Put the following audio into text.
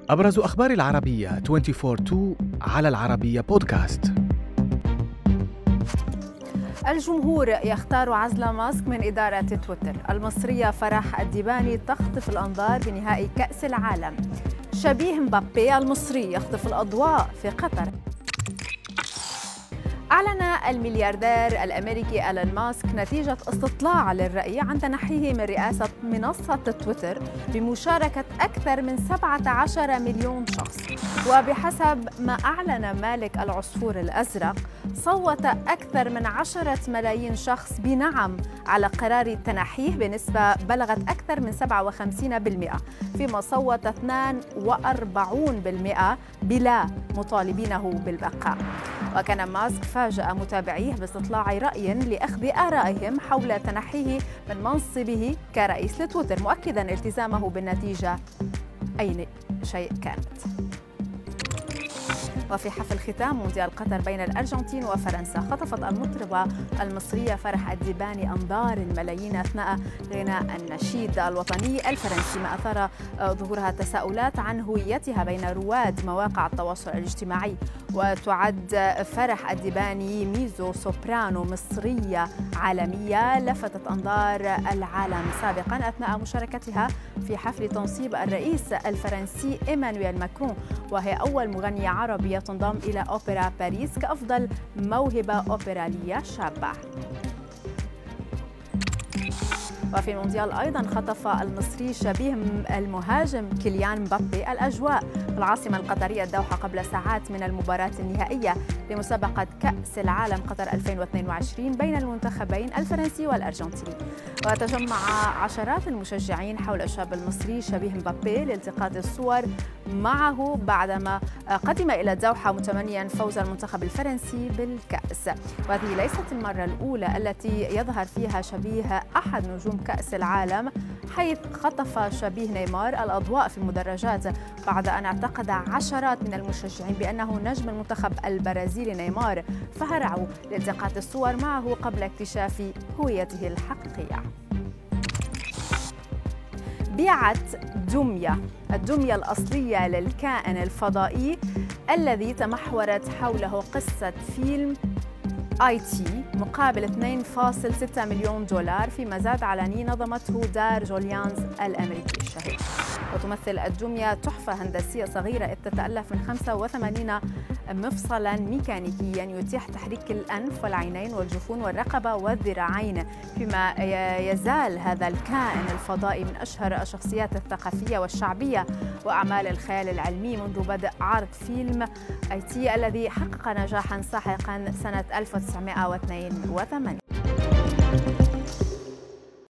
أبرز أخبار العربية 24/2 على العربية بودكاست. الجمهور يختار عزل ماسك من إدارة تويتر. المصرية فرح الديباني تخطف الأنظار بنهائي كأس العالم. شبيه مبابي المصري يخطف الأضواء في قطر. أعلن الملياردير الأمريكي إيلون ماسك نتيجة استطلاع للرأي عن تنحيه من رئاسة منصة تويتر بمشاركة أكثر من 17 مليون شخص. وبحسب ما أعلن مالك العصفور الأزرق، صوت أكثر من 10 ملايين شخص بنعم على قرار تنحيه بنسبة بلغت أكثر من 57%، فيما صوت 42% بلا، مطالبينه بالبقاء. وكان ماسك فاجأ متابعيه باستطلاع رأي لأخذ آرائهم حول تنحيه من منصبه كرئيس لتويتر، مؤكدا التزامه بالنتيجة أي شيء كانت. وفي حفل ختام مونديال قطر بين الأرجنتين وفرنسا، خطفت المطربة المصرية فرح الديباني أنظار الملايين أثناء غناء النشيد الوطني الفرنسي، ما أثار ظهورها تساؤلات عن هويتها بين رواد مواقع التواصل الاجتماعي. وتعد فرح الديباني ميزو سوبرانو مصرية عالمية لفتت أنظار العالم سابقا أثناء مشاركتها في حفل تنصيب الرئيس الفرنسي إيمانويل ماكرون، وهي أول مغنية عربية تنضم إلى أوبرا باريس كأفضل موهبة أوبرالية شابة. وفي المونديال أيضا خطف المصري شبيه المهاجم كيليان مبابي الأجواء في العاصمة القطرية الدوحة قبل ساعات من المباراة النهائية لمسابقة كأس العالم قطر 2022 بين المنتخبين الفرنسي والأرجنتيني. وتجمع عشرات المشجعين حول الشاب المصري شبيه مبابي لالتقاط الصور معه بعدما قدم إلى الدوحة متمنيا فوز المنتخب الفرنسي بالكأس. وهذه ليست المرة الأولى التي يظهر فيها شبيه أحد نجوم كأس العالم، حيث خطف شبيه نيمار الأضواء في المدرجات بعد أن اعتقد عشرات من المشجعين بأنه نجم المنتخب البرازيلي نيمار، فهرعوا لالتقاط الصور معه قبل اكتشاف هويته الحقيقية. بيعت الدمية الأصلية للكائن الفضائي الذي تمحورت حوله قصة فيلم IT مقابل 2.6 مليون دولار، فيما زاد على نظمته دار جوليانز الأمريكي الشهير. وتمثل الدمية تحفة هندسية صغيرة إذ تتألف من 85 مفصلا ميكانيكيا يتيح تحريك الأنف والعينين والجفون والرقبة والذراعين، فيما يزال هذا الكائن الفضائي من أشهر الشخصيات الثقافية والشعبية وأعمال الخيال العلمي منذ بدء عرض فيلم IT الذي حقق نجاحا ساحقا سنة 1982.